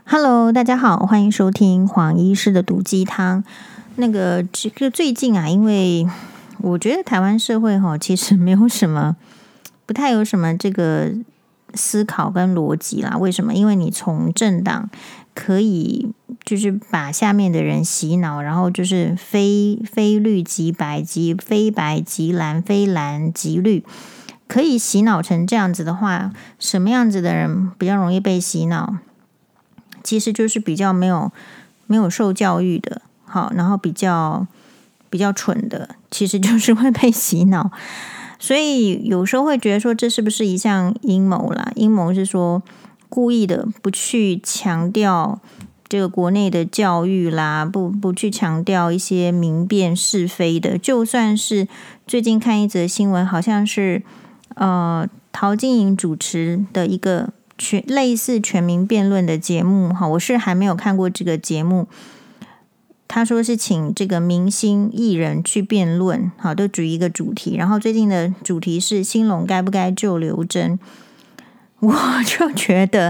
Hello，大家好，欢迎收听黄医师的毒鸡汤。这个最近啊，因为我觉得台湾社会其实没有什么，不太有什么这个思考跟逻辑啦。为什么？因为你从政党可以就是把下面的人洗脑，然后就是非绿即白，即非白即蓝，非蓝即绿。可以洗脑成这样子的话，什么样子的人比较容易被洗脑？其实就是比较没有受教育的，好，然后比较蠢的，其实就是会被洗脑。所以有时候会觉得说，这是不是一项阴谋啦？阴谋是说故意的不去强调这个国内的教育啦，不去强调一些明辨是非的。就算是最近看一则新闻，好像是陶晶莹主持的一个类似全民辩论的节目，我是还没有看过这个节目。他说是请这个明星艺人去辩论，都举一个主题，然后最近的主题是兴隆该不该救刘真。我就觉得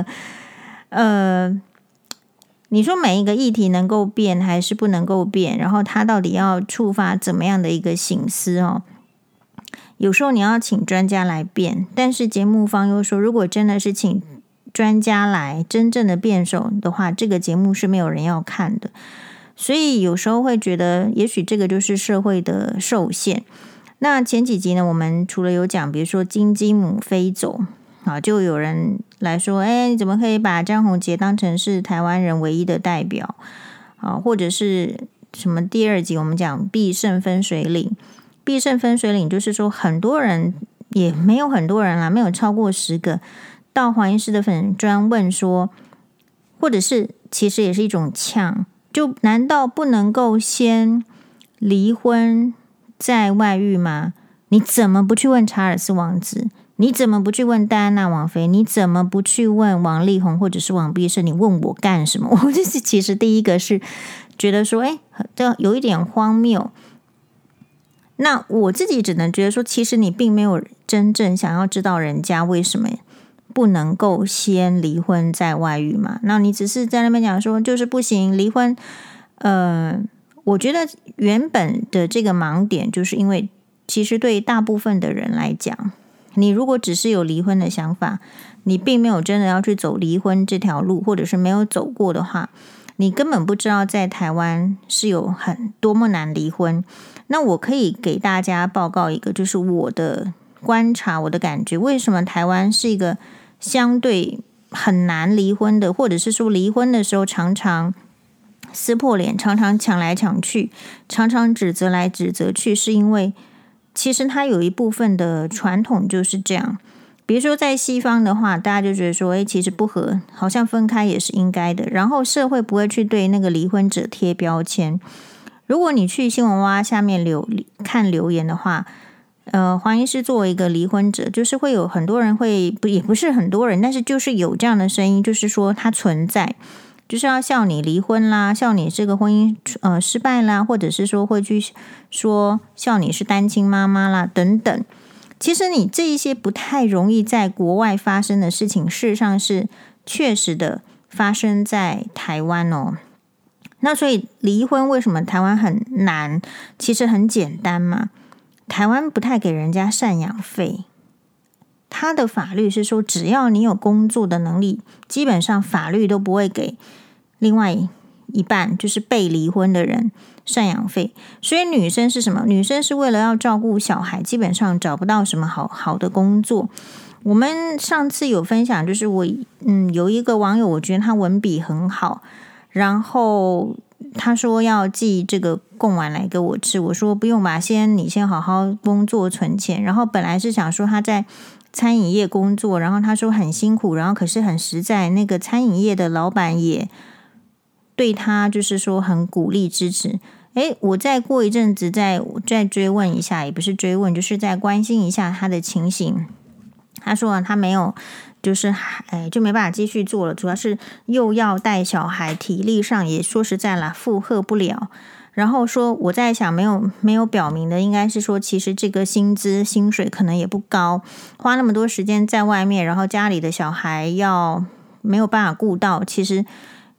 你说每一个议题能够辩还是不能够辩，然后他到底要触发怎么样的一个省思有时候你要请专家来辩，但是节目方又说，如果真的是请专家来真正的辩手的话，这个节目是没有人要看的。所以有时候会觉得，也许这个就是社会的受限。那前几集呢，我们除了有讲，比如说金鸡母飞走就有人来说，你怎么可以把张宏杰当成是台湾人唯一的代表或者是什么第二集我们讲必胜分水岭。必胜分水岭就是说，很多人也没有很多人啦，没有超过10个到黄医师的粉专问说，或者是其实也是一种呛，就难道不能够先离婚再外遇吗？你怎么不去问查尔斯王子？你怎么不去问戴安娜王妃？你怎么不去问王力宏或者是王必胜？你问我干什么？我就是其实第一个是觉得说，这有一点荒谬。那我自己只能觉得说，其实你并没有真正想要知道人家为什么不能够先离婚再外遇嘛？那你只是在那边讲说就是不行离婚。我觉得原本的这个盲点，就是因为其实对大部分的人来讲，你如果只是有离婚的想法，你并没有真的要去走离婚这条路，或者是没有走过的话，你根本不知道在台湾是有多么难离婚。那我可以给大家报告一个，就是我的观察，我的感觉，为什么台湾是一个相对很难离婚的，或者是说离婚的时候常常撕破脸，常常抢来抢去，常常指责来指责去，是因为其实它有一部分的传统就是这样。比如说在西方的话，大家就觉得说，其实不合，好像分开也是应该的，然后社会不会去对那个离婚者贴标签。如果你去新闻蛙下面看留言的话，黄医师作为一个离婚者，就是会有很多人也不是很多人，但是就是有这样的声音，就是说它存在，就是要笑你离婚啦，笑你这个婚姻失败啦，或者是说会去说笑你是单亲妈妈啦等等。其实你这一些不太容易在国外发生的事情，事实上是确实的发生在台湾那所以离婚为什么台湾很难？其实很简单嘛，台湾不太给人家赡养费。他的法律是说，只要你有工作的能力，基本上法律都不会给另外一半，就是被离婚的人赡养费。所以女生是什么？女生是为了要照顾小孩，基本上找不到什么好的工作。我们上次有分享，就是我有一个网友，我觉得他文笔很好，然后他说要寄这个贡丸来给我吃，我说不用吧，你先好好工作存钱。然后本来是想说他在餐饮业工作，然后他说很辛苦，然后可是很实在，那个餐饮业的老板也对他就是说很鼓励支持。我再过一阵子再追问一下，也不是追问，就是再关心一下他的情形。他说他没有，就是就没办法继续做了，主要是又要带小孩，体力上也说实在啦负荷不了。然后说我在想没有表明的，应该是说其实这个薪水可能也不高，花那么多时间在外面，然后家里的小孩没有办法顾到，其实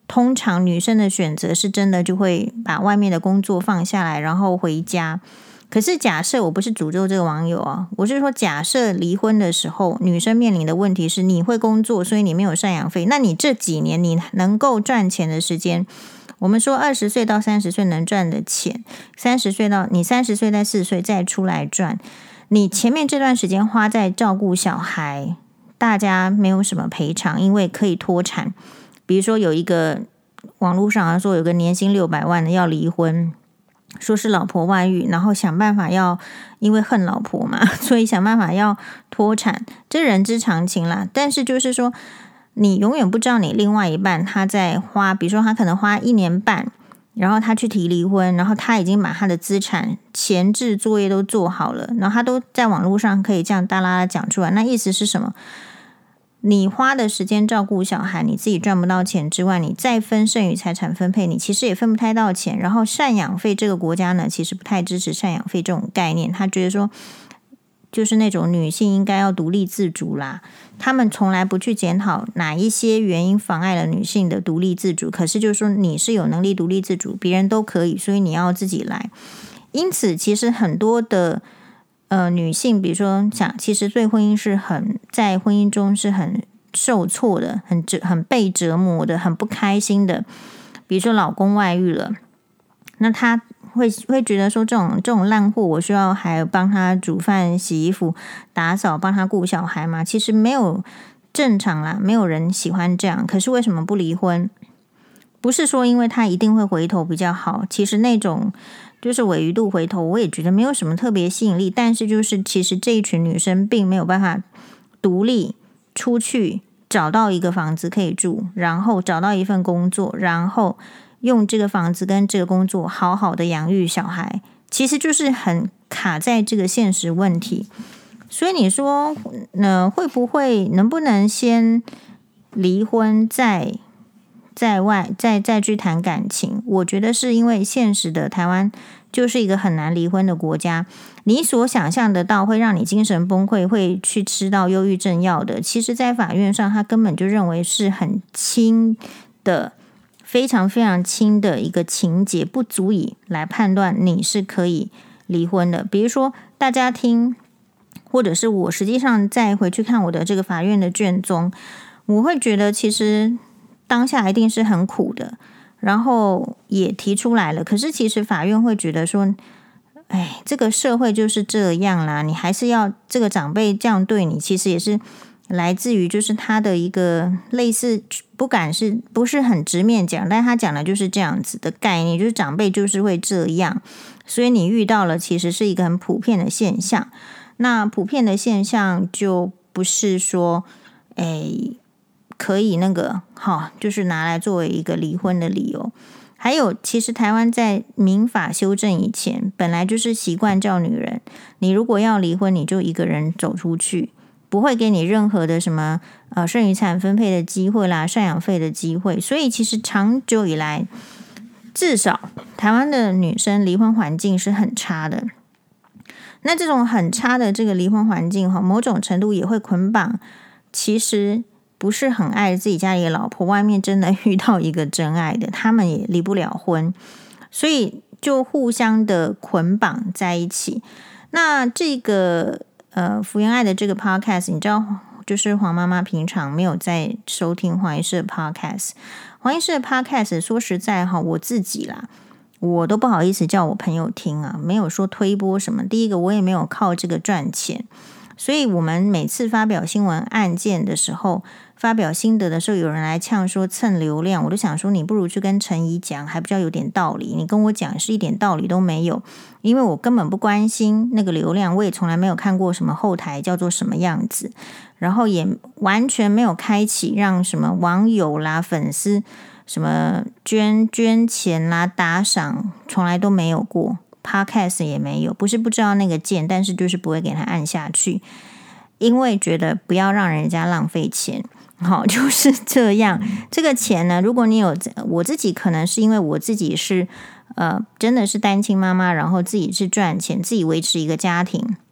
通常女生的选择是真的就会把外面的工作放下来，然后回家。可是假设我不是诅咒这个网友啊，我是说假设离婚的时候，女生面临的问题是你会工作，所以你没有赡养费，那你这几年你能够赚钱的时间，我们说20岁到30岁能赚的钱，30岁到40岁再出来赚，你前面这段时间花在照顾小孩，大家没有什么赔偿，因为可以脱产。比如说有一个网络上说有个年薪600万的要离婚，说是老婆外遇，然后想办法要因为恨老婆嘛，所以想办法要脱产，这人之常情啦。但是就是说你永远不知道你另外一半他在花，比如说他可能花1年半，然后他去提离婚，然后他已经把他的资产前置作业都做好了，然后他都在网络上可以这样大啦啦讲出来，那意思是什么？你花的时间照顾小孩，你自己赚不到钱之外，你再分剩余财产分配，你其实也分不太到钱。然后赡养费，这个国家呢其实不太支持赡养费这种概念，他觉得说就是那种女性应该要独立自主啦，他们从来不去检讨哪一些原因妨碍了女性的独立自主，可是就是说你是有能力独立自主，别人都可以，所以你要自己来。因此其实很多的女性，比如说其实对婚姻在婚姻中是很受挫的，很被折磨的，很不开心的。比如说老公外遇了，那她会觉得说这种烂货，我需要还帮他煮饭、洗衣服、打扫，帮他顾小孩吗？其实没有正常啦，没有人喜欢这样。可是为什么不离婚？不是说因为他一定会回头比较好，其实那种就是尾鱼肚回头，我也觉得没有什么特别吸引力。但是就是其实这一群女生并没有办法独立出去找到一个房子可以住，然后找到一份工作，然后用这个房子跟这个工作好好的养育小孩，其实就是很卡在这个现实问题。所以你说会不会能不能先离婚再去谈感情？我觉得是因为现实的台湾就是一个很难离婚的国家，你所想象得到会让你精神崩溃，会去吃到忧郁症药的，其实在法院上他根本就认为是很轻的，非常非常轻的一个情节，不足以来判断你是可以离婚的。比如说大家听，或者是我实际上再回去看我的这个法院的卷宗，我会觉得其实当下一定是很苦的，然后也提出来了，可是其实法院会觉得说，哎，这个社会就是这样啦，你还是要这个长辈这样对你，其实也是来自于就是他的一个类似不是很直面讲，但他讲的就是这样子的概念，就是长辈就是会这样，所以你遇到了其实是一个很普遍的现象。那普遍的现象就不是说可以就是拿来作为一个离婚的理由。还有其实台湾在民法修正以前本来就是习惯叫女人，你如果要离婚你就一个人走出去，不会给你任何的什么剩余财产分配的机会啦，赡养费的机会。所以其实长久以来至少台湾的女生离婚环境是很差的。那这种很差的这个离婚环境某种程度也会捆绑其实不是很爱自己家里的老婆，外面真的遇到一个真爱的，他们也离不了婚，所以就互相的捆绑在一起。那这个福原爱的这个 podcast， 你知道就是黄妈妈平常没有在收听黄医师的 podcast， 黄医师的 podcast 说实在我自己啦，我都不好意思叫我朋友听啊，没有说推播什么。第一个我也没有靠这个赚钱，所以我们每次发表新闻案件的时候，发表心得的时候，有人来呛说蹭流量，我都想说你不如去跟陈怡讲，还比较有点道理。你跟我讲是一点道理都没有，因为我根本不关心那个流量，我也从来没有看过什么后台叫做什么样子，然后也完全没有开启让什么网友啦、粉丝什么捐钱啦、打赏，从来都没有过。Podcast 也没有，不是不知道那个键，但是就是不会给他按下去，因为觉得不要让人家浪费钱。就是这样。这个钱呢，如果你有，我自己可能是因为我自己是真的是单亲妈妈，然后自己是赚钱，自己维持一个家庭，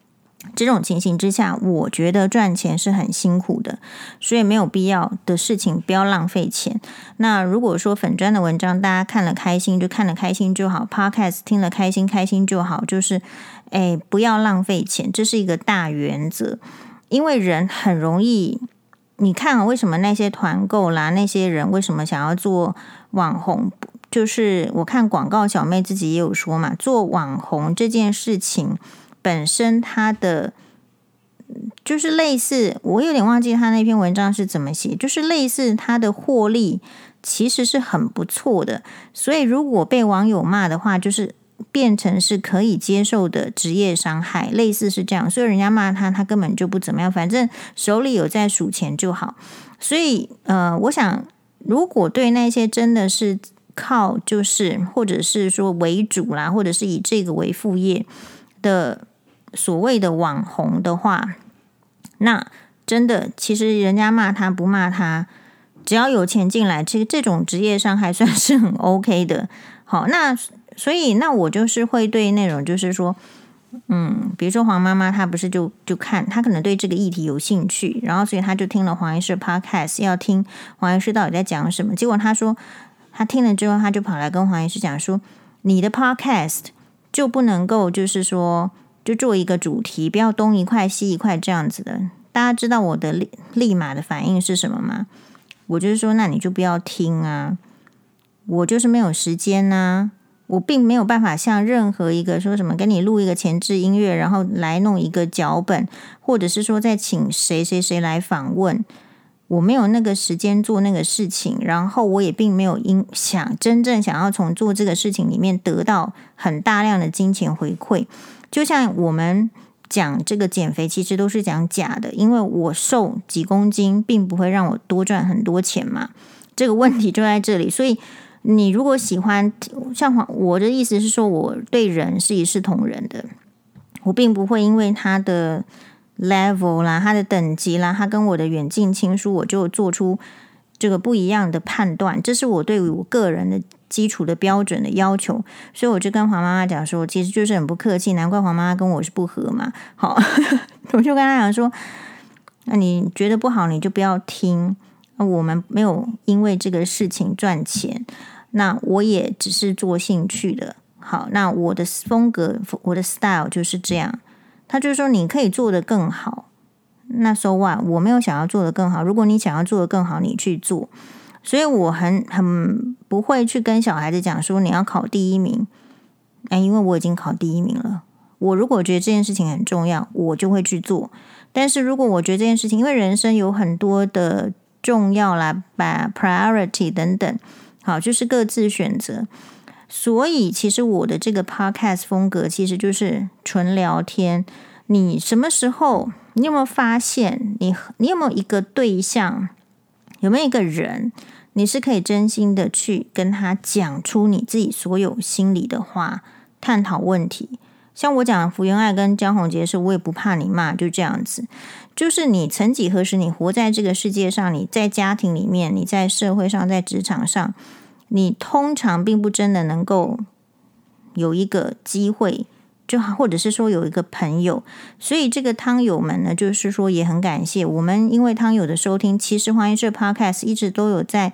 这种情形之下，我觉得赚钱是很辛苦的，所以没有必要的事情不要浪费钱。那如果说粉专的文章大家看了开心就看了开心就好， Podcast 听了开心就好，就是不要浪费钱，这是一个大原则。因为人很容易，你看为什么那些团购啦，那些人为什么想要做网红，就是我看广告小妹自己也有说嘛，做网红这件事情本身它的就是类似，我有点忘记他那篇文章是怎么写，就是类似他的获利其实是很不错的，所以如果被网友骂的话，就是变成是可以接受的职业伤害，类似是这样，所以人家骂他，他根本就不怎么样，反正手里有在数钱就好。所以我想如果对那些真的是靠就是或者是说为主啦，或者是以这个为副业的所谓的网红的话，那真的其实人家骂他不骂他，只要有钱进来，其实这种职业伤害算是很 OK 的。好，那所以那我就是会对那种就是说比如说黄妈妈她不是就看她可能对这个议题有兴趣，然后所以她就听了黄医师 podcast， 要听黄医师到底在讲什么，结果她说她听了之后，她就跑来跟黄医师讲说，你的 podcast 就不能够就是说就做一个主题，不要东一块西一块这样子的。大家知道我的立马的反应是什么吗？我就是说那你就不要听啊，我就是没有时间啊，我并没有办法像任何一个说什么跟你录一个前置音乐，然后来弄一个脚本，或者是说再请谁来访问，我没有那个时间做那个事情，然后我也并没有真正想要从做这个事情里面得到很大量的金钱回馈。就像我们讲这个减肥其实都是讲假的，因为我瘦几公斤并不会让我多赚很多钱嘛，这个问题就在这里。所以你如果喜欢，像我的意思是说，我对人是一视同仁的，我并不会因为他的 level 啦，他的等级啦，他跟我的远近亲疏，我就做出这个不一样的判断，这是我对于我个人的基础的标准的要求。所以我就跟黄妈妈讲说，其实就是很不客气，难怪黄妈妈跟我是不合嘛。好，我就跟她讲说，那你觉得不好你就不要听，我们没有因为这个事情赚钱，那我也只是做兴趣的。好，那我的风格我的 style 就是这样。他就说你可以做得更好，那 so what， 我没有想要做得更好，如果你想要做得更好你去做。所以我很不会去跟小孩子讲说你要考第一名，因为我已经考第一名了。我如果觉得这件事情很重要，我就会去做。但是如果我觉得这件事情，因为人生有很多的重要啦，把 priority 等等，好，就是各自选择。所以其实我的这个 podcast 风格其实就是纯聊天。你什么时候，你有没有发现你有没有一个对象，有没有一个人，你是可以真心的去跟他讲出你自己所有心里的话，探讨问题。像我讲福原爱跟江宏杰的时候，我也不怕你骂，就这样子。就是你曾几何时，你活在这个世界上，你在家庭里面，你在社会上，在职场上，你通常并不真的能够有一个机会，就或者是说有一个朋友。所以这个汤友们呢，就是说也很感谢我们，因为汤友的收听，其实黄医师 podcast 一直都有在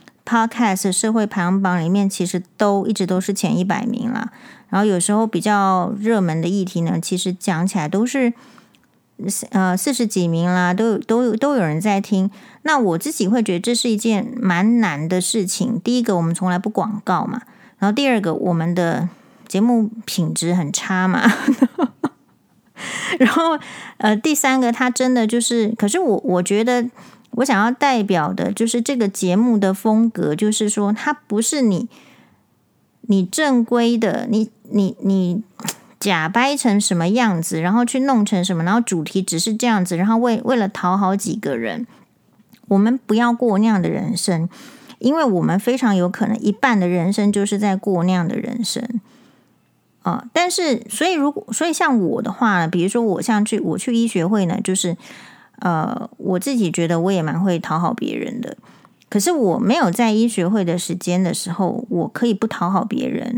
podcast 社会排行榜里面，其实一直都是前100名啦。然后有时候比较热门的议题呢，其实讲起来都是40几名啦，都有人在听。那我自己会觉得这是一件蛮难的事情。第一个，我们从来不广告嘛，然后第二个，我们的节目品质很差嘛然后第三个，它真的就是，可是我觉得我想要代表的就是这个节目的风格，就是说它不是你正规的，你假掰成什么样子，然后去弄成什么，然后主题只是这样子，然后为了讨好几个人。我们不要过那样的人生，因为我们非常有可能一半的人生就是在过那样的人生。但是所以像我的话呢，比如说我去医学会呢，就是我自己觉得我也蛮会讨好别人的。可是我没有在医学会的时间的时候，我可以不讨好别人。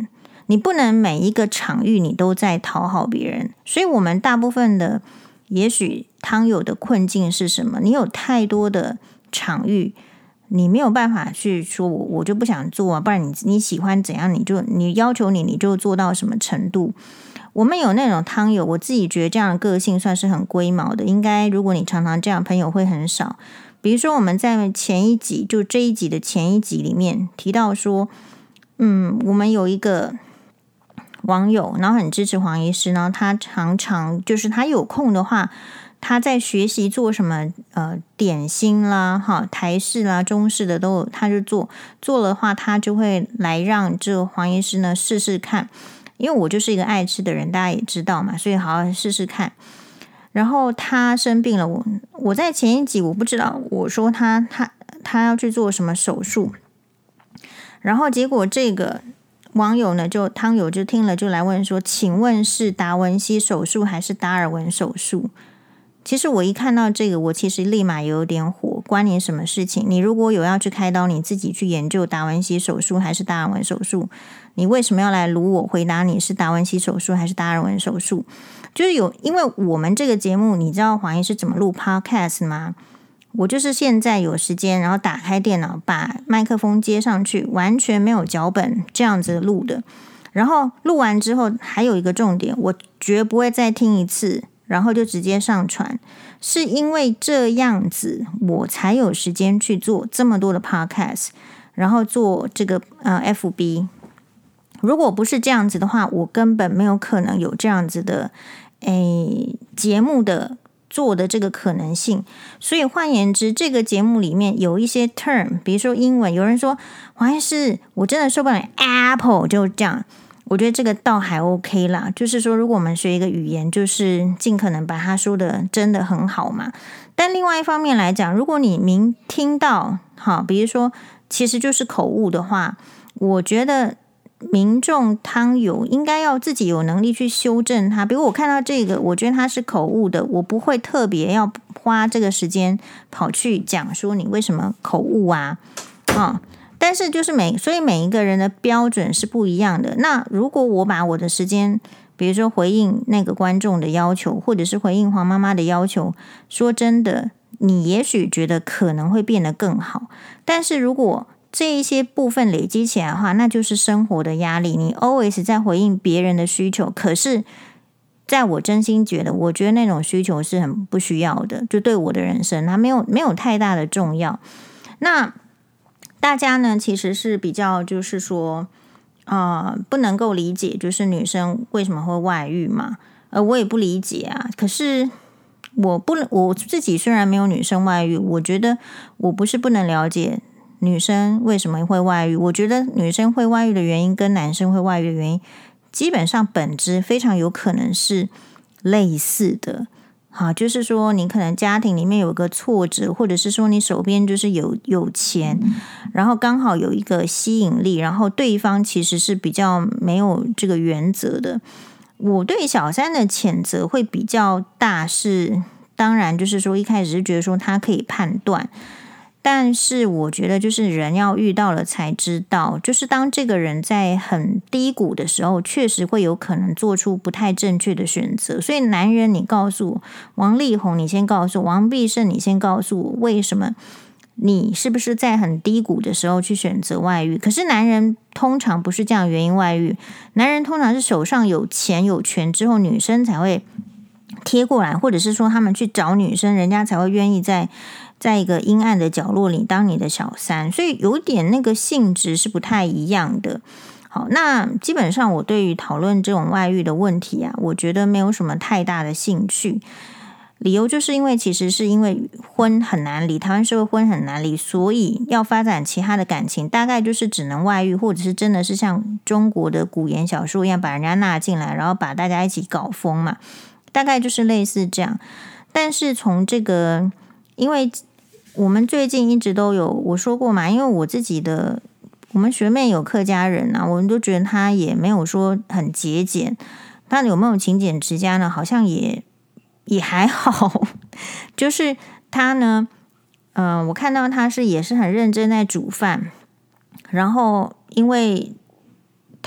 你不能每一个场域你都在讨好别人，所以我们大部分的也许汤友的困境是什么？你有太多的场域，你没有办法去说我就不想做啊，不然你喜欢怎样你要求你就做到什么程度。我们有那种汤友，我自己觉得这样的个性算是很龟毛的，应该如果你常常这样，朋友会很少。比如说我们在前一集，就这一集的前一集里面提到说，我们有一个网友，然后很支持黄医师，然后他常常就是他有空的话，他在学习做什么点心啦、台式啦、中式的都有，他就做的话，他就会来让这个黄医师呢试试看。因为我就是一个爱吃的人，大家也知道嘛，所以好好试试看。然后他生病了，我在前一集我不知道，我说他要去做什么手术，然后结果这个网友呢，汤友就听了就来问说，请问是达文西手术还是达尔文手术？其实我一看到这个，我其实立马有点火，关你什么事情？你如果有要去开刀，你自己去研究达文西手术还是达尔文手术，你为什么要来撸我回答你是达文西手术还是达尔文手术？就是因为我们这个节目，你知道黄医师怎么录 podcast 吗？我就是现在有时间，然后打开电脑，把麦克风接上去，完全没有脚本，这样子录的。然后录完之后，还有一个重点，我绝不会再听一次，然后就直接上传，是因为这样子我才有时间去做这么多的 podcast， 然后做这个FB。如果不是这样子的话，我根本没有可能有这样子的节目的做的这个可能性。所以换言之，这个节目里面有一些 term， 比如说英文，有人说黄医师我真的受不了 Apple， 就这样。我觉得这个倒还 OK 啦，就是说如果我们学一个语言，就是尽可能把它说的真的很好嘛。但另外一方面来讲，如果你明听到比如说其实就是口误的话，我觉得民众汤友应该要自己有能力去修正它。比如我看到这个，我觉得它是口误的，我不会特别要花这个时间跑去讲说你为什么口误啊。但是就是所以每一个人的标准是不一样的。那如果我把我的时间，比如说回应那个观众的要求，或者是回应黄妈妈的要求，说真的，你也许觉得可能会变得更好，但是如果这一些部分累积起来的话，那就是生活的压力。你 always 在回应别人的需求，可是在我真心觉得，我觉得那种需求是很不需要的，就对我的人生它没有太大的重要。那大家呢其实是比较就是说不能够理解就是女生为什么会外遇嘛，我也不理解啊。可是我自己虽然没有女生外遇，我觉得我不是不能了解女生为什么会外遇。我觉得女生会外遇的原因跟男生会外遇的原因基本上本质非常有可能是类似的。就是说你可能家庭里面有个挫折，或者是说你手边就是有钱，然后刚好有一个吸引力，然后对方其实是比较没有这个原则的。我对小三的谴责会比较大，是当然就是说一开始是觉得说他可以判断，但是我觉得就是人要遇到了才知道，就是当这个人在很低谷的时候，确实会有可能做出不太正确的选择。所以男人你告诉我，王力宏你先告诉我，王必胜你先告诉我，为什么你是不是在很低谷的时候去选择外遇？可是男人通常不是这样原因外遇，男人通常是手上有钱有权之后，女生才会贴过来，或者是说他们去找女生，人家才会愿意在一个阴暗的角落里当你的小三，所以有点那个性质是不太一样的。好，那基本上我对于讨论这种外遇的问题啊，我觉得没有什么太大的兴趣。理由就是因为其实是因为婚很难离，台湾社会婚很难离，所以要发展其他的感情，大概就是只能外遇，或者是真的是像中国的古言小说一样把人家纳进来，然后把大家一起搞疯嘛，大概就是类似这样。但是从这个，因为我们最近一直都有我说过嘛，因为我们学妹有客家人啊，我们都觉得她也没有说很节俭，她有没有勤俭持家呢？好像也还好，就是她呢，我看到她也是很认真在煮饭，然后因为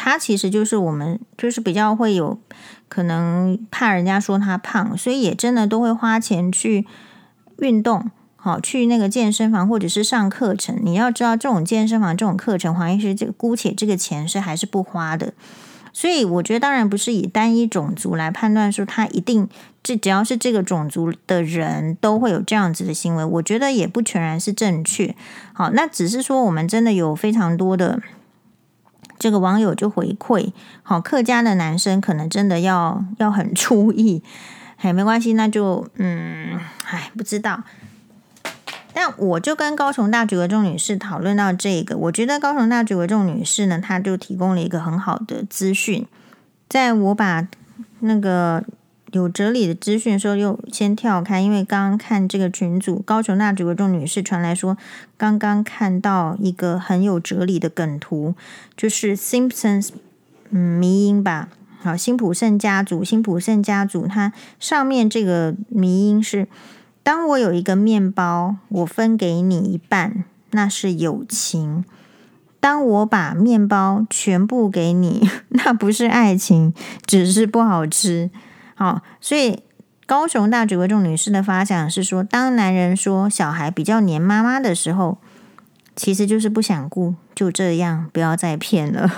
他其实就是我们就是比较会有可能怕人家说他胖，所以也真的都会花钱去运动，好，去那个健身房或者是上课程。你要知道，这种健身房这种课程，黄医师姑且这个钱是还是不花的。所以我觉得当然不是以单一种族来判断说他一定只要是这个种族的人都会有这样子的行为，我觉得也不全然是正确。好，那只是说我们真的有非常多的这个网友就回馈，好，客家的男生可能真的要很注意。没关系，那就不知道。但我就跟高雄大举为重女士讨论到这个，我觉得高雄大举为重女士呢，她就提供了一个很好的资讯。在我把那个有哲理的资讯的时候，又先跳开，因为刚刚看这个群组，高雄大举为重女士传来说，刚刚看到一个很有哲理的梗图，就是 Simpsons 迷因吧。好，辛普森家族，它上面这个迷因是：当我有一个面包，我分给你一半，那是友情；当我把面包全部给你，那不是爱情，只是不好吃。好，所以高雄大举为重女士的发想是说，当男人说小孩比较黏妈妈的时候，其实就是不想顾，就这样，不要再骗了。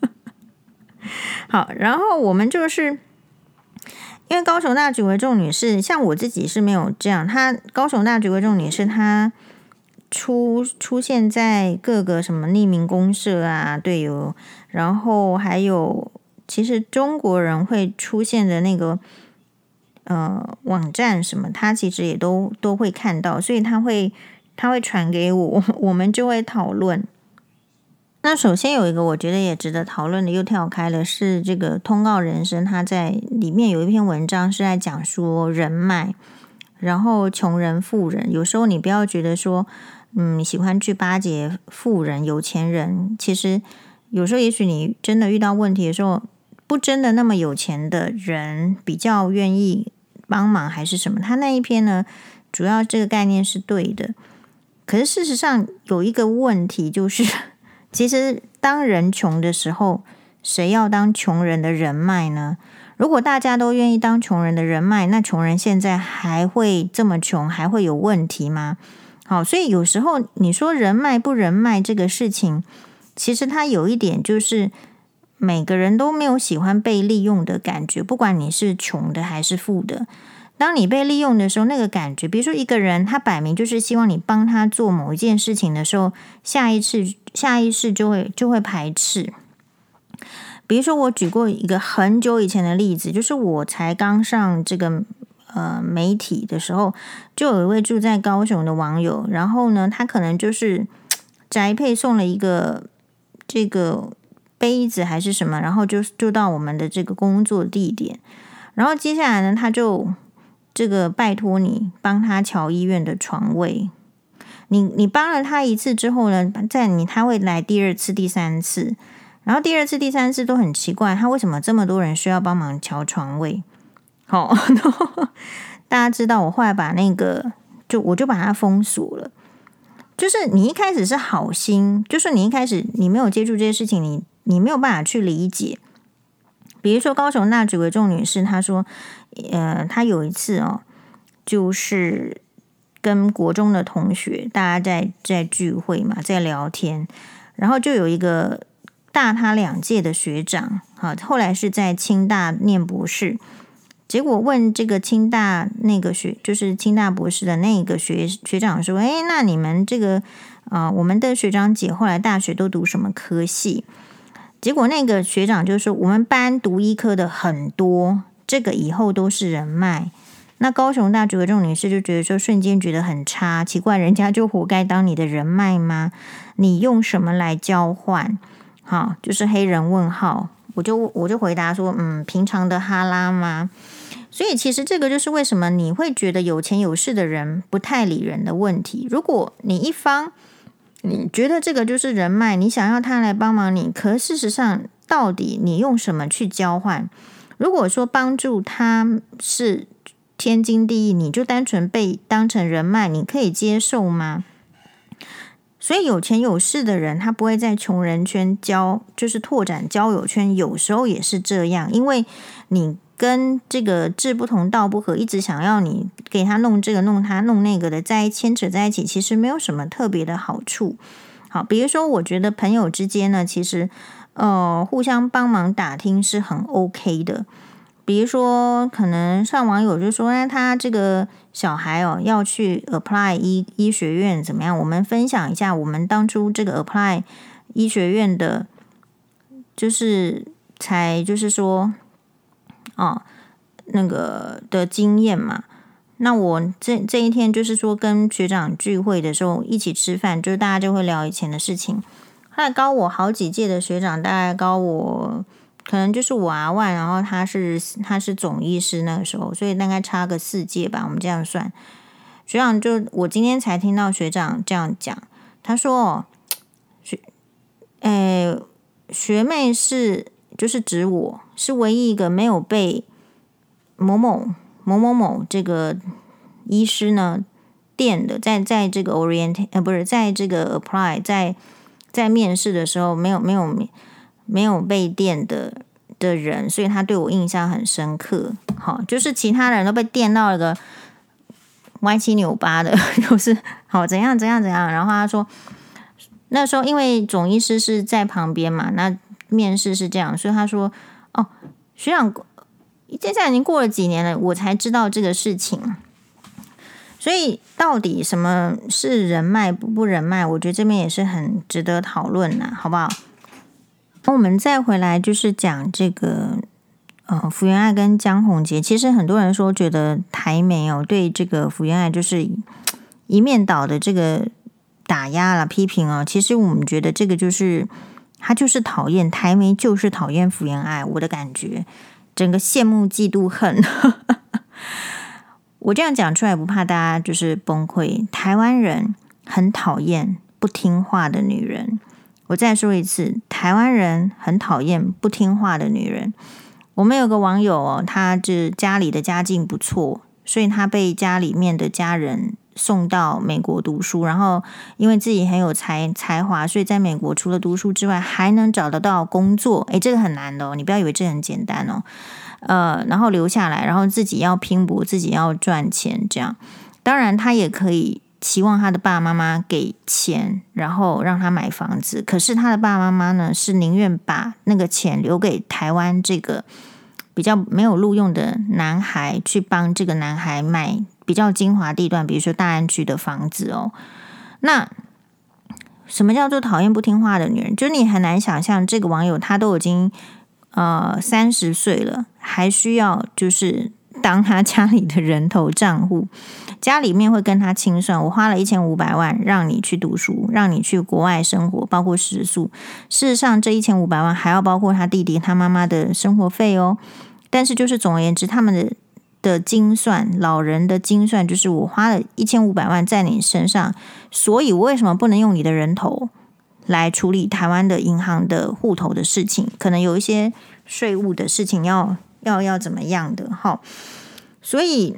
好，然后我们就是因为高雄大举为重女士，像我自己是没有这样。她高雄大举为重女士，她出现在各个什么匿名公社啊，对有，然后还有其实中国人会出现的那个网站什么，她其实也都会看到，所以她会传给我，我们就会讨论。那首先有一个我觉得也值得讨论的，又跳开了，是这个通告人生，他在里面有一篇文章是在讲说人脉，然后穷人富人，有时候你不要觉得说你喜欢去巴结富人有钱人，其实有时候也许你真的遇到问题的时候，不真的那么有钱的人比较愿意帮忙还是什么。他那一篇呢，主要这个概念是对的，可是事实上有一个问题就是其实当人穷的时候，谁要当穷人的人脉呢？如果大家都愿意当穷人的人脉，那穷人现在还会这么穷，还会有问题吗？好，所以有时候你说人脉不人脉这个事情，其实它有一点就是每个人都没有喜欢被利用的感觉，不管你是穷的还是富的。当你被利用的时候，那个感觉，比如说一个人他摆明就是希望你帮他做某一件事情的时候，下意识就会排斥。比如说我举过一个很久以前的例子，就是我才刚上这个媒体的时候，就有一位住在高雄的网友，然后呢，他可能就是宅配送了一个这个杯子还是什么，然后就到我们的这个工作地点，然后接下来呢，他就这个拜托你帮他瞧医院的床位，你帮了他一次之后呢，他会来第二次、第三次，然后第二次、第三次都很奇怪，他为什么这么多人需要帮忙瞧床位？好，大家知道我后来把那个我就把它封锁了。就是你一开始是好心，就是你一开始你没有接触这些事情，你没有办法去理解。比如说高雄大举为重女士，她说，她有一次就是跟国中的同学，大家在聚会嘛，在聊天，然后就有一个大她2届的学长，后来是在清大念博士，结果问这个清大那个就是清大博士的那个学长说，那你们这个我们的学长姐后来大学都读什么科系？结果那个学长就说，我们班读医科的很多，这个以后都是人脉。那高雄大举为重女士就觉得说，瞬间觉得很差，奇怪，人家就活该当你的人脉吗？你用什么来交换？好，就是黑人问号。我就回答说，平常的哈拉吗？所以其实这个就是为什么你会觉得有钱有势的人不太理人的问题。如果你一方你觉得这个就是人脉，你想要他来帮忙你，可事实上到底你用什么去交换？如果说帮助他是天经地义，你就单纯被当成人脉，你可以接受吗？ 所以有钱有势的人，他不会在穷人圈就是拓展交友圈，有时候也是这样，因为你跟这个志不同道不合，一直想要你给他弄这个弄他弄那个的，牵扯在一起，其实没有什么特别的好处。好，比如说我觉得朋友之间呢，其实互相帮忙打听是很 OK 的。比如说可能上网友就说他这个小孩要去 apply 医学院怎么样，我们分享一下我们当初这个 apply 医学院的就是说那个的经验嘛。那我这一天就是说跟学长聚会的时候一起吃饭，就是大家就会聊以前的事情。后来高我好几届的学长，大概高我可能就是我阿万，然后他是总医师那个时候，所以大概差个4届吧，我们这样算。学长我今天才听到学长这样讲，他说学妹就是指我是唯一一个没有被某这个医师呢电的，在这个 不是在这个 apply 在面试的时候没有被电的人，所以他对我印象很深刻。好，就是其他人都被电到了个歪七扭八的，就是好怎样，然后他说那时候因为总医师是在旁边嘛，那面试是这样，所以他说学长接下来已经过了几年了，我才知道这个事情。所以到底什么是人脉不人脉，我觉得这边也是很值得讨论啦，好不好？我们再回来就是讲这个福原爱跟江宏杰。其实很多人说觉得台媒对这个福原爱就是一面倒的这个打压啦批评其实我们觉得这个就是他就是讨厌台媒，就是讨厌福原爱，我的感觉整个羡慕嫉妒恨我这样讲出来不怕大家就是崩溃。台湾人很讨厌不听话的女人，我再说一次，台湾人很讨厌不听话的女人。我们有个网友他就家里的家境不错，所以他被家里面的家人送到美国读书，然后因为自己很有才华，所以在美国除了读书之外还能找得到工作。这个很难的你不要以为这很简单然后留下来，然后自己要拼搏，自己要赚钱这样。当然他也可以期望他的爸爸妈妈给钱，然后让他买房子，可是他的爸爸妈妈呢是宁愿把那个钱留给台湾这个比较没有录用的男孩，去帮这个男孩买比较精华地段，比如说大安区的房子那什么叫做讨厌不听话的女人？就是你很难想象这个网友他都已经30岁了，还需要就是当他家里的人头账户，家里面会跟他清算，我花了1500万让你去读书，让你去国外生活，包括食宿。事实上这1500万还要包括他弟弟他妈妈的生活费但是就是总而言之，他们的精算，老人的精算就是我花了1500万在你身上，所以我为什么不能用你的人头来处理台湾的银行的户头的事情，可能有一些税务的事情要怎么样的所以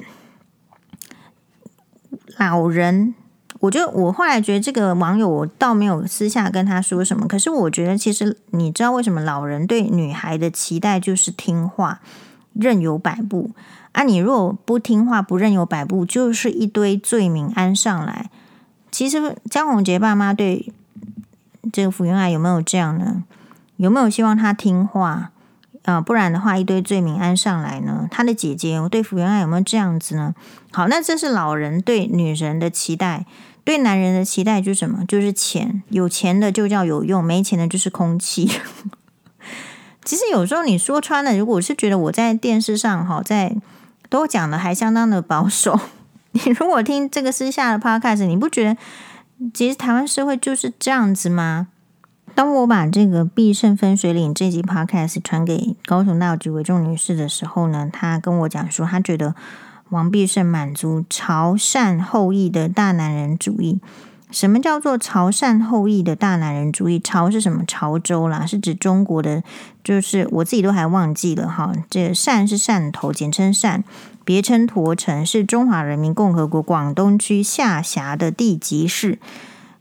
老人，我后来觉得这个网友我倒没有私下跟他说什么，可是我觉得其实你知道为什么老人对女孩的期待就是听话任由摆布你如果不听话不任由摆布，就是一堆罪名安上来。其实江宏杰爸妈对这个福原爱有没有这样呢？有没有希望他听话不然的话一堆罪名安上来呢？他的姐姐对福原爱有没有这样子呢？好，那这是老人对女人的期待。对男人的期待就是什么？就是钱，有钱的就叫有用，没钱的就是空气其实有时候你说穿了，如果是觉得我在电视上都讲的还相当的保守你如果听这个私下的 podcast， 你不觉得其实台湾社会就是这样子吗？当我把这个必胜分水岭这集 podcast 传给高雄大局为重女士的时候呢，她跟我讲说，她觉得王必胜满足潮汕后裔的大男人主义。什么叫做潮汕后裔的大男人主义？潮是什么？潮州啦，是指中国的，就是我自己都还忘记了这个汕是汕头，简称汕，别称驼城，是中华人民共和国广东区下辖的地级市。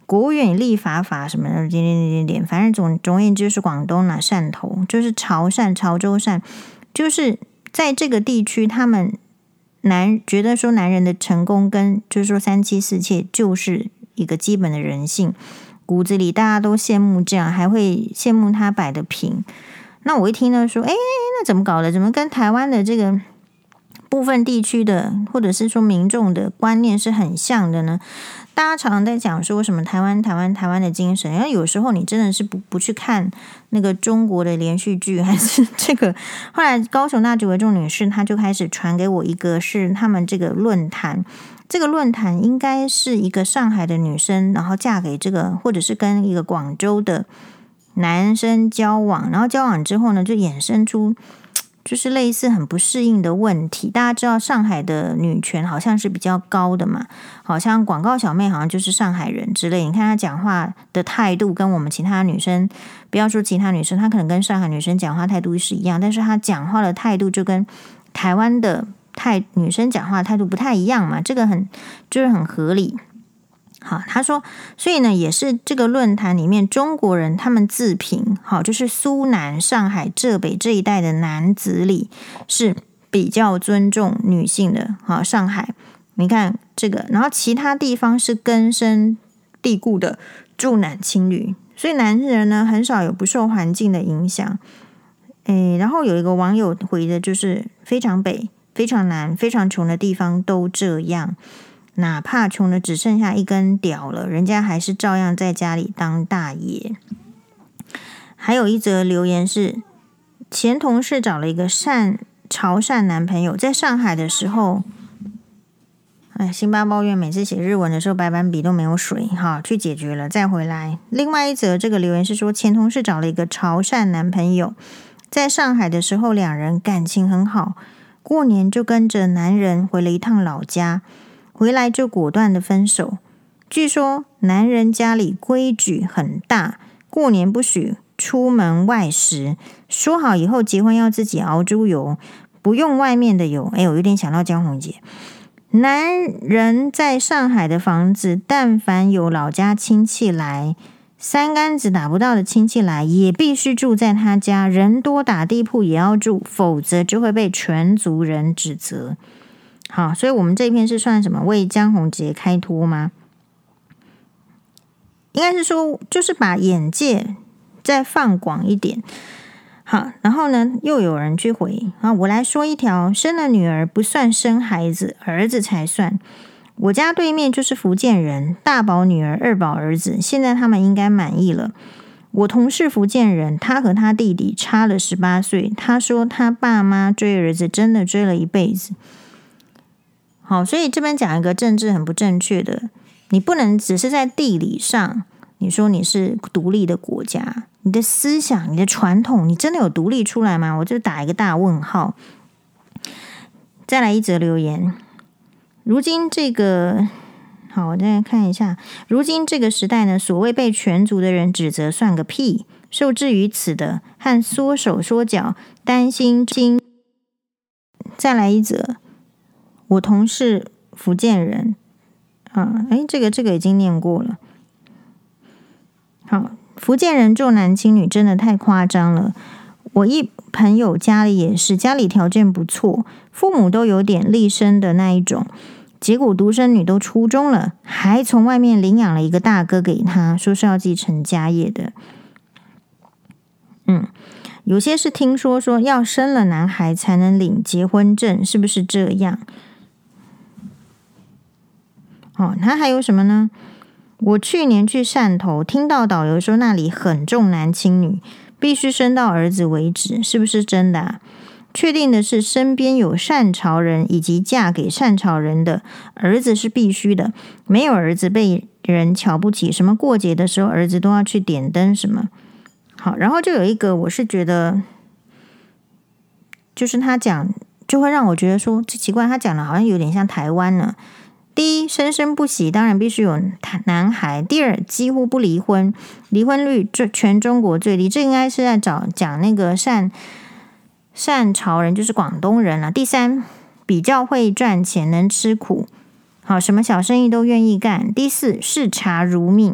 国务院也立法什么的点，反正总而言之就是广东汕头，就是潮州汕，就是在这个地区，他们觉得说男人的成功跟就是说三妻四妾就是一个基本的人性，骨子里大家都羡慕这样，还会羡慕他摆得平。那我一听到说，那怎么搞的？怎么跟台湾的这个部分地区的，或者是说民众的观念是很像的呢？大家常常在讲说什么台湾的精神，然后有时候你真的是不去看那个中国的连续剧，还是这个后来高雄大举为众女士，她就开始传给我一个是他们这个论坛，这个论坛应该是一个上海的女生，然后嫁给这个或者是跟一个广州的男生交往，然后交往之后呢，就衍生出就是类似很不适应的问题。大家知道上海的女权好像是比较高的嘛，好像广告小妹好像就是上海人之类。你看她讲话的态度跟我们其他女生，不要说其他女生，她可能跟上海女生讲话态度是一样，但是她讲话的态度就跟台湾的女生讲话的态度不太一样嘛，这个就是很合理。好，他说，所以呢，也是这个论坛里面中国人他们自评，好，就是苏南、上海、浙北这一带的男子里是比较尊重女性的。好，上海，你看这个，然后其他地方是根深蒂固的重男轻女，所以男人呢很少有不受环境的影响。然后有一个网友回的就是非常北、非常南、非常穷的地方都这样。哪怕穷的只剩下一根屌了，人家还是照样在家里当大爷。还有一则留言是，前同事找了一个潮汕男朋友，在上海的时候，辛巴抱怨每次写日文的时候白板笔都没有水，去解决了再回来。另外一则这个留言是说，前同事找了一个潮汕男朋友，在上海的时候两人感情很好，过年就跟着男人回了一趟老家，回来就果断的分手。据说男人家里规矩很大，过年不许出门外食，说好以后结婚要自己熬猪油，不用外面的油。我有点想到江宏杰。男人在上海的房子，但凡有老家亲戚来，三竿子打不到的亲戚来，也必须住在他家，人多打地铺也要住，否则就会被全族人指责。好，所以我们这篇是算什么？为江宏杰开脱吗？应该是说，就是把眼界再放广一点。好，然后呢，又有人去回我来说一条：生了女儿不算生孩子，儿子才算。我家对面就是福建人，大宝女儿，二宝儿子，现在他们应该满意了。我同事福建人，他和他弟弟差了18岁，他说他爸妈追儿子真的追了一辈子。好，所以这边讲一个政治很不正确的，你不能只是在地理上你说你是独立的国家，你的思想、你的传统，你真的有独立出来吗？我就打一个大问号。再来一则留言，如今这个，好，我再看一下，如今这个时代呢，所谓被全族的人指责算个屁，受制于此的和缩手缩脚、担心。再来一则。我同事福建人，这个已经念过了。好，福建人重男轻女真的太夸张了。我一朋友家里也是，家里条件不错，父母都有点立身的那一种，结果独生女都初中了，还从外面领养了一个大哥给他，说是要继承家业的。有些是听说要生了男孩才能领结婚证，是不是这样？他还有什么呢？我去年去汕头，听到导游说那里很重男轻女，必须生到儿子为止，是不是真的啊？确定的是身边有汕潮人以及嫁给汕潮人的儿子是必须的，没有儿子被人瞧不起，什么过节的时候儿子都要去点灯什么。好，然后就有一个我是觉得，就是他讲就会让我觉得说这奇怪，他讲的好像有点像台湾呢。第一，生生不息，当然必须有男孩。第二，几乎不离婚，离婚率全中国最低。这应该是在讲那个汕潮人，就是广东人了。第三，比较会赚钱，能吃苦，好，什么小生意都愿意干。第四，视茶如命，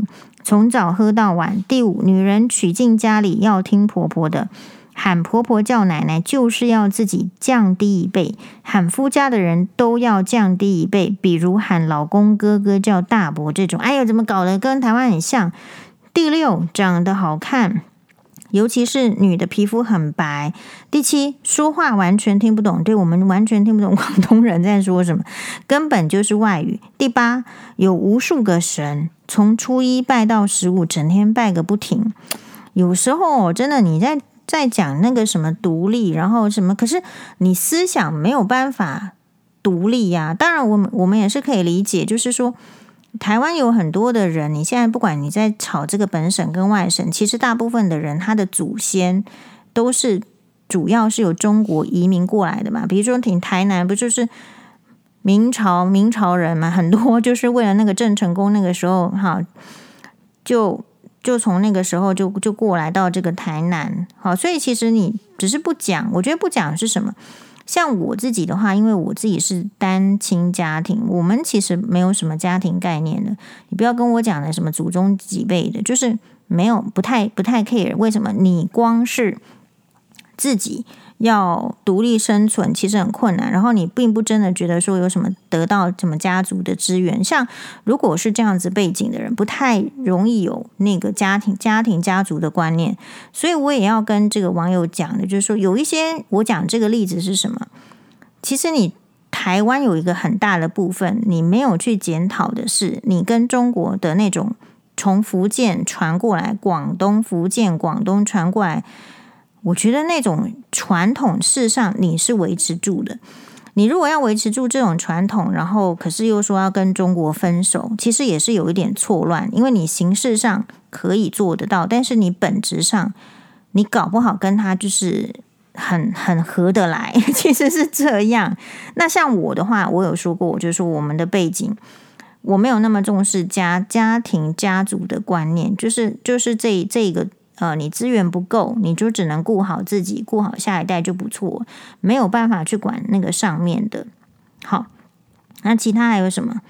从早喝到晚。第五，女人娶进家里要听婆婆的，喊婆婆叫奶奶就是要自己降低一倍，喊夫家的人都要降低一倍，比如喊老公哥哥叫大伯这种。哎呦，怎么搞得跟台湾很像？第六，长得好看，尤其是女的皮肤很白。第七，说话完全听不懂，对，我们完全听不懂广东人在说什么，根本就是外语。第八，有无数个神，从初一拜到15，整天拜个不停。有时候真的你在讲那个什么独立，然后什么，可是你思想没有办法独立呀。当然我们也是可以理解，就是说台湾有很多的人，你现在不管你在吵这个本省跟外省，其实大部分的人他的祖先都是主要是由中国移民过来的嘛。比如说你台南不就是明朝人嘛，很多就是为了那个郑成功那个时候哈，就从那个时候就过来到这个台南。好，所以其实你只是不讲，我觉得不讲是什么？像我自己的话，因为我自己是单亲家庭，我们其实没有什么家庭概念的。你不要跟我讲的什么祖宗几辈的，就是没有，不太 care。为什么？你光是自己要独立生存，其实很困难。然后你并不真的觉得说有什么得到什么家族的资源。像如果是这样子背景的人，不太容易有那个家庭家族的观念。所以我也要跟这个网友讲的，就是说有一些我讲这个例子是什么？其实你台湾有一个很大的部分，你没有去检讨的是，你跟中国的那种从福建传过来，福建广东传过来。我觉得那种传统事实上你是维持住的。你如果要维持住这种传统，然后可是又说要跟中国分手，其实也是有一点错乱。因为你形式上可以做得到，但是你本质上你搞不好跟他就是很合得来，其实是这样。那像我的话，我有说过，我就说我们的背景，我没有那么重视家庭家族的观念，就是这个。你资源不够，你就只能顾好自己，顾好下一代就不错，没有办法去管那个上面的。好，那其他还有什么？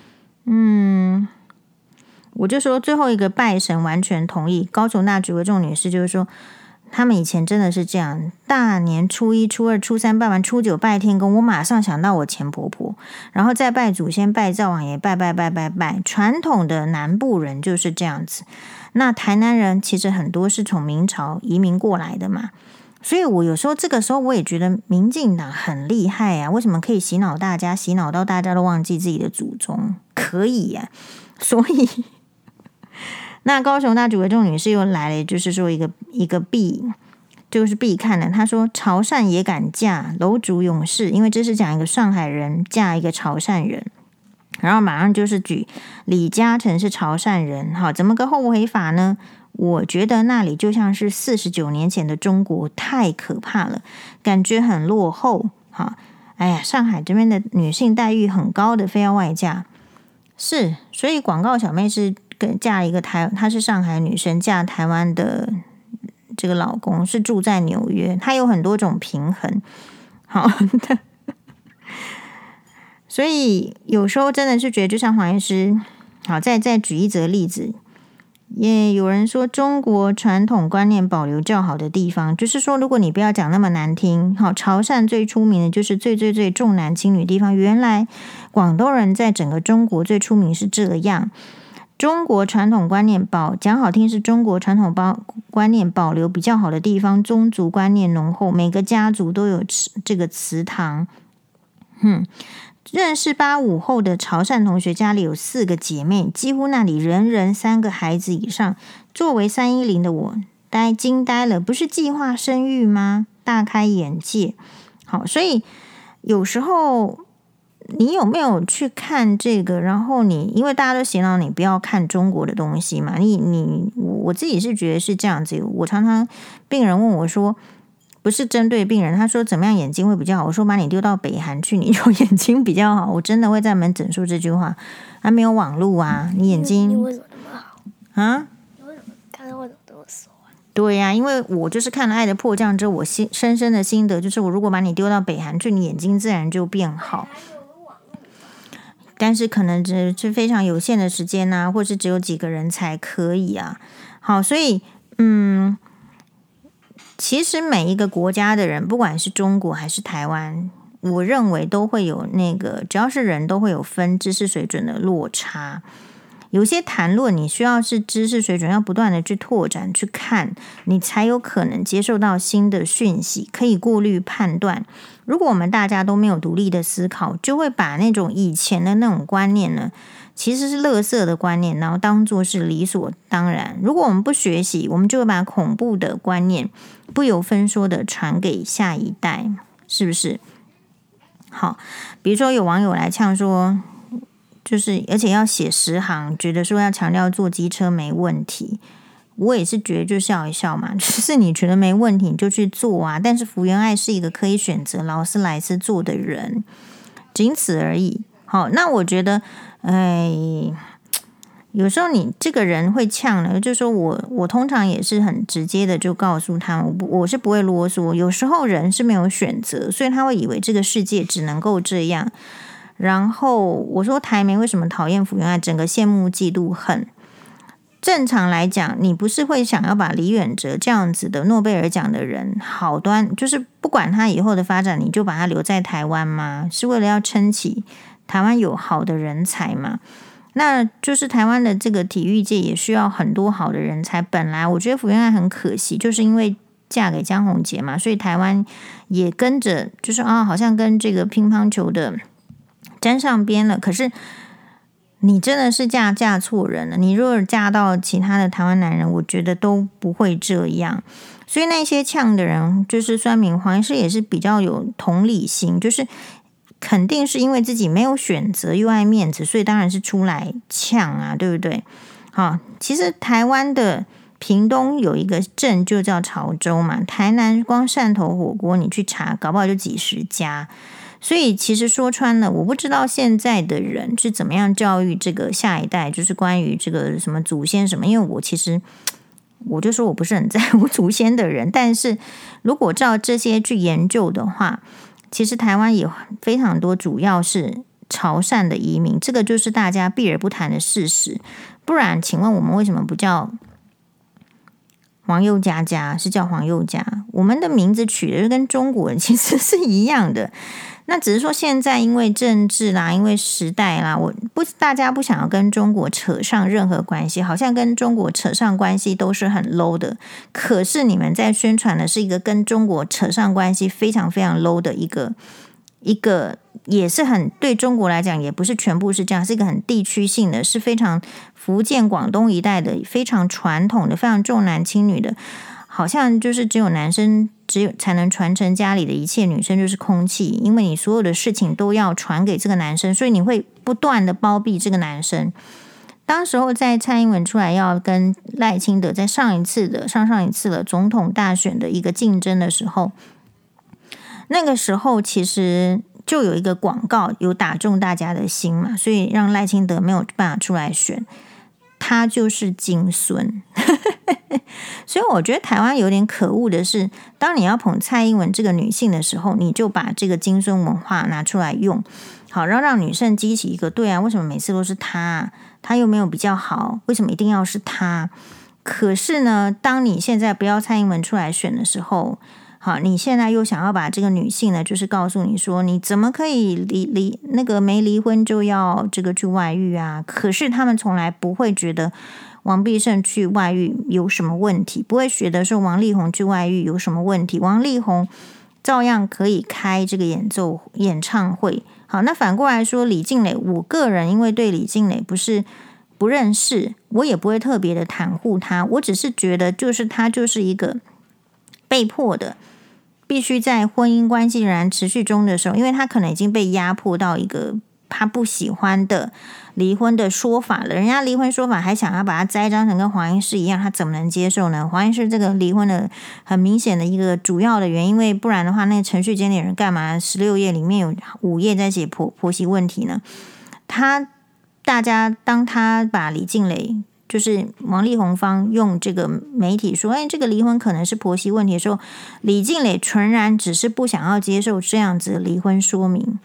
我就说最后一个拜神完全同意。高雄大举为众女士就是说，他们以前真的是这样，大年初一、初二、初三拜完，初九拜天公，我马上想到我前婆婆，然后再拜祖先、拜灶王爷、拜。传统的南部人就是这样子。那台南人其实很多是从明朝移民过来的嘛，所以我有时候这个时候我也觉得民进党很厉害啊，为什么可以洗脑大家，洗脑到大家都忘记自己的祖宗？可以啊，所以那高雄大举为众女士又来了，就是说一个必看的。他说潮汕也敢嫁楼主勇士，因为这是讲一个上海人嫁一个潮汕人。然后马上就是举李嘉诚是潮汕人，好，怎么个后悔法呢？我觉得那里就像是49年前的中国，太可怕了，感觉很落后。好，哎呀，上海这边的女性待遇很高的，非要外嫁，是，所以广告小妹是嫁一个她是上海女生，嫁台湾的这个老公是住在纽约，她有很多种平衡。好的。所以有时候真的是觉得，就像黄医师，好，再举一则例子，也有人说中国传统观念保留较好的地方，就是说，如果你不要讲那么难听，好，潮汕最出名的就是最重男轻女的地方。原来广东人在整个中国最出名是这样，中国传统观念讲好听是中国传统观念保留比较好的地方，宗族观念浓厚，每个家族都有这个祠堂。认识85后的潮汕同学家里有4个姐妹，几乎那里人人3个孩子以上。作为310的我惊呆了，不是计划生育吗？大开眼界。好，所以有时候你有没有去看这个？然后因为大家都洗脑你不要看中国的东西嘛，我自己是觉得是这样子。我常常病人问我说，不是针对病人，他说怎么样眼睛会比较好，我说把你丢到北韩去，你就眼睛比较好。我真的会在门诊说这句话。还没有网路啊，你眼睛你为什么那么好啊？ 你为什么看到为什么这么熟啊？ 对呀，因为我就是看了《爱的迫降》之后，我深深的心得就是，我如果把你丢到北韩去，你眼睛自然就变好。 但是可能只是非常有限的时间啊，或是只有几个人才可以啊。好，所以其实每一个国家的人，不管是中国还是台湾，我认为都会有只要是人都会有分知识水准的落差。有些谈论你需要是知识水准要不断的去拓展去看，你才有可能接受到新的讯息，可以过滤判断。如果我们大家都没有独立的思考，就会把那种以前的那种观念呢，其实是垃圾的观念，然后当作是理所当然。如果我们不学习，我们就会把恐怖的观念不由分说的传给下一代，是不是？好，比如说有网友来呛说，就是而且要写10行，觉得说要强调坐机车没问题。我也是觉得就笑一笑嘛，就是你觉得没问题你就去做啊。但是福原爱是一个可以选择劳斯莱斯做的人，仅此而已。好，那我觉得，有时候你这个人会呛呢，就是说我通常也是很直接的就告诉他们，我是不会啰嗦。有时候人是没有选择，所以他会以为这个世界只能够这样。然后我说台媒为什么讨厌福原爱，整个羡慕嫉妒恨。正常来讲，你不是会想要把李远哲这样子的诺贝尔奖的人好端，就是不管他以后的发展，你就把他留在台湾吗？是为了要撑起台湾有好的人才嘛？那就是台湾的这个体育界也需要很多好的人才。本来我觉得福原爱很可惜，就是因为嫁给江宏杰嘛，所以台湾也跟着就是好像跟这个乒乓球的沾上边了。可是你真的是嫁错人了。你如果嫁到其他的台湾男人，我觉得都不会这样。所以那些呛的人，就是酸民黄医师也是比较有同理心，就是肯定是因为自己没有选择又爱面子，所以当然是出来呛啊，对不对？好，其实台湾的屏东有一个镇就叫潮州嘛，台南光汕头火锅你去查，搞不好就几十家。所以其实说穿了，我不知道现在的人是怎么样教育这个下一代，就是关于这个什么祖先什么。因为我就说我不是很在乎祖先的人，但是如果照这些去研究的话，其实台湾也非常多，主要是潮汕的移民，这个就是大家避而不谈的事实。不然，请问我们为什么不叫黄宥嘉家，是叫黄宥嘉？我们的名字取的跟中国人其实是一样的。那只是说现在因为政治啦，因为时代啦，大家不想要跟中国扯上任何关系，好像跟中国扯上关系都是很 low 的。可是你们在宣传的是一个跟中国扯上关系非常非常 low 的一个，也是很对中国来讲也不是全部是这样，是一个很地区性的，是非常福建广东一带的非常传统的非常重男轻女的，好像就是只有男生才能传承家里的一切，女生就是空气，因为你所有的事情都要传给这个男生，所以你会不断的包庇这个男生。当时候在蔡英文出来要跟赖清德在上一次的总统大选的一个竞争的时候，那个时候其实就有一个广告有打中大家的心嘛，所以让赖清德没有办法出来选，他就是金孙。所以我觉得台湾有点可恶的是，当你要捧蔡英文这个女性的时候，你就把这个金孙文化拿出来用，好让女生激起一个对啊，为什么每次都是她？她又没有比较好，为什么一定要是她？可是呢，当你现在不要蔡英文出来选的时候，好，你现在又想要把这个女性呢，就是告诉你说，你怎么可以那个没离婚就要这个去外遇啊？可是他们从来不会觉得王必胜去外遇有什么问题，不会觉得说王力宏去外遇有什么问题，王力宏照样可以开这个演唱会。好，那反过来说李静蕾，我个人因为对李静蕾不认识，我也不会特别的袒护他，我只是觉得就是他就是一个被迫的必须在婚姻关系仍然持续中的时候，因为他可能已经被压迫到一个他不喜欢的离婚的说法了，人家离婚说法还想要把它栽赃成跟黄医师一样，他怎么能接受呢？黄医师这个离婚的很明显的一个主要的原因，因为不然的话那个程序监理人干嘛16页里面有5页在写婆媳问题呢？大家当他把李静蕾就是王力宏方用这个媒体说这个离婚可能是婆媳问题的时候，李静蕾纯然只是不想要接受这样子的离婚说明。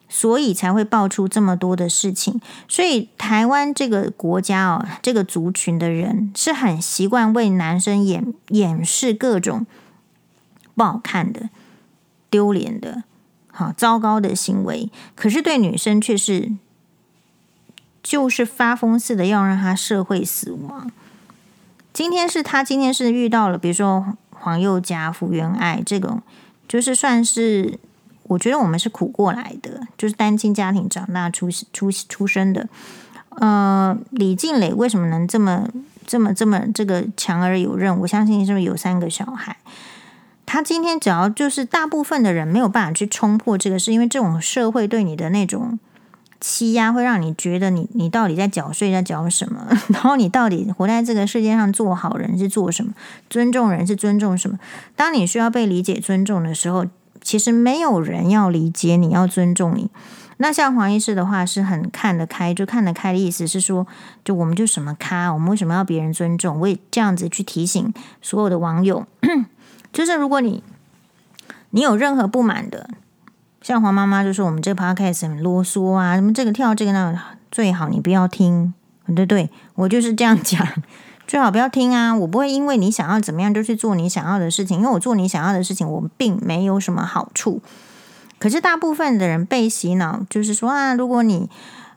所以才会爆出这么多的事情。所以台湾这个国家哦，这个族群的人是很习惯为男生掩饰各种不好看的、丢脸的、好糟糕的行为，可是对女生却是就是发疯似的要让她社会死亡。今天是遇到了，比如说黄宥嘉、福原爱这种，就是算是我觉得我们是苦过来的，就是单亲家庭长大出生的。李静蕾为什么能这么这个强而有韧？我相信是不是有3个小孩？他今天只要就是大部分的人没有办法去冲破这个事，因为这种社会对你的那种欺压会让你觉得你到底在缴税在缴什么，然后你到底活在这个世界上做好人是做什么，尊重人是尊重什么。当你需要被理解尊重的时候，其实没有人要理解你，要尊重你。那像黄医师的话是很看得开，就看得开的意思是说，就我们就什么咖，我们为什么要别人尊重？我也这样子去提醒所有的网友，就是如果你有任何不满的，像黄妈妈就说我们这个 podcast 很啰嗦啊，什么这个跳这个那个，最好你不要听，对，我就是这样讲，最好不要听啊！我不会因为你想要怎么样就去做你想要的事情，因为我做你想要的事情，我并没有什么好处。可是大部分的人被洗脑，就是说啊，如果你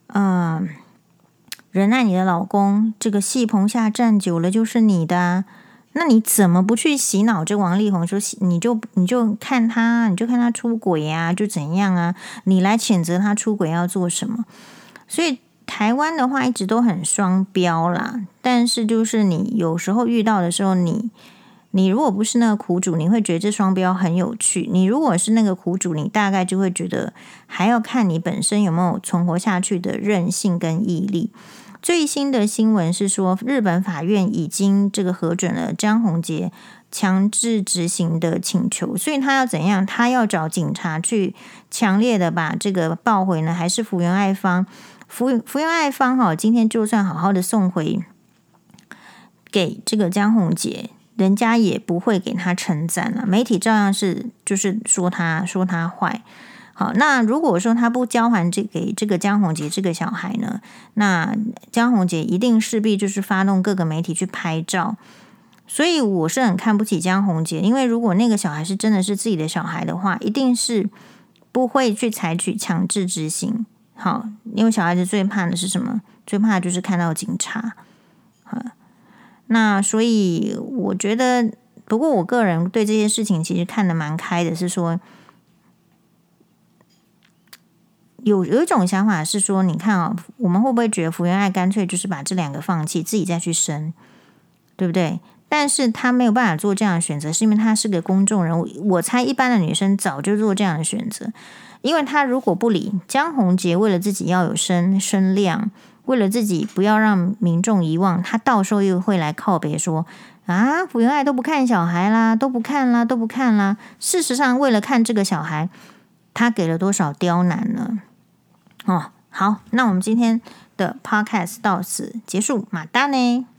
忍耐你的老公，这个戏棚下站久了就是你的啊。那你怎么不去洗脑这王力宏说你就看他出轨啊，就怎样啊？你来谴责他出轨要做什么？所以台湾的话一直都很双标啦，但是就是你有时候遇到的时候，你如果不是那个苦主，你会觉得这双标很有趣；你如果是那个苦主，你大概就会觉得还要看你本身有没有存活下去的韧性跟毅力。最新的新闻是说，日本法院已经这个核准了江宏杰强制执行的请求，所以他要怎样？他要找警察去强烈的把这个报回呢？还是福原爱方？福原爱方今天就算好好的送回给这个江宏杰，人家也不会给他称赞了，媒体照样是就是说他坏。好，那如果说他不交还给这个江宏杰这个小孩呢，那江宏杰一定势必就是发动各个媒体去拍照。所以我是很看不起江宏杰，因为如果那个小孩是真的是自己的小孩的话，一定是不会去采取强制执行。好，因为小孩子最怕的是什么？最怕的就是看到警察。那所以我觉得，不过我个人对这些事情其实看得蛮开的，是说有一种想法是说，你看我们会不会觉得福原爱干脆就是把这2个放弃，自己再去生，对不对？但是他没有办法做这样的选择，是因为他是个公众人物。我猜一般的女生早就做这样的选择，因为他如果不理江宏杰，为了自己要有声量，为了自己不要让民众遗忘，他到时候又会来靠北说啊，福原爱都不看小孩啦，都不看啦。事实上，为了看这个小孩，他给了多少刁难呢？好，那我们今天的 podcast 到此结束，马达呢？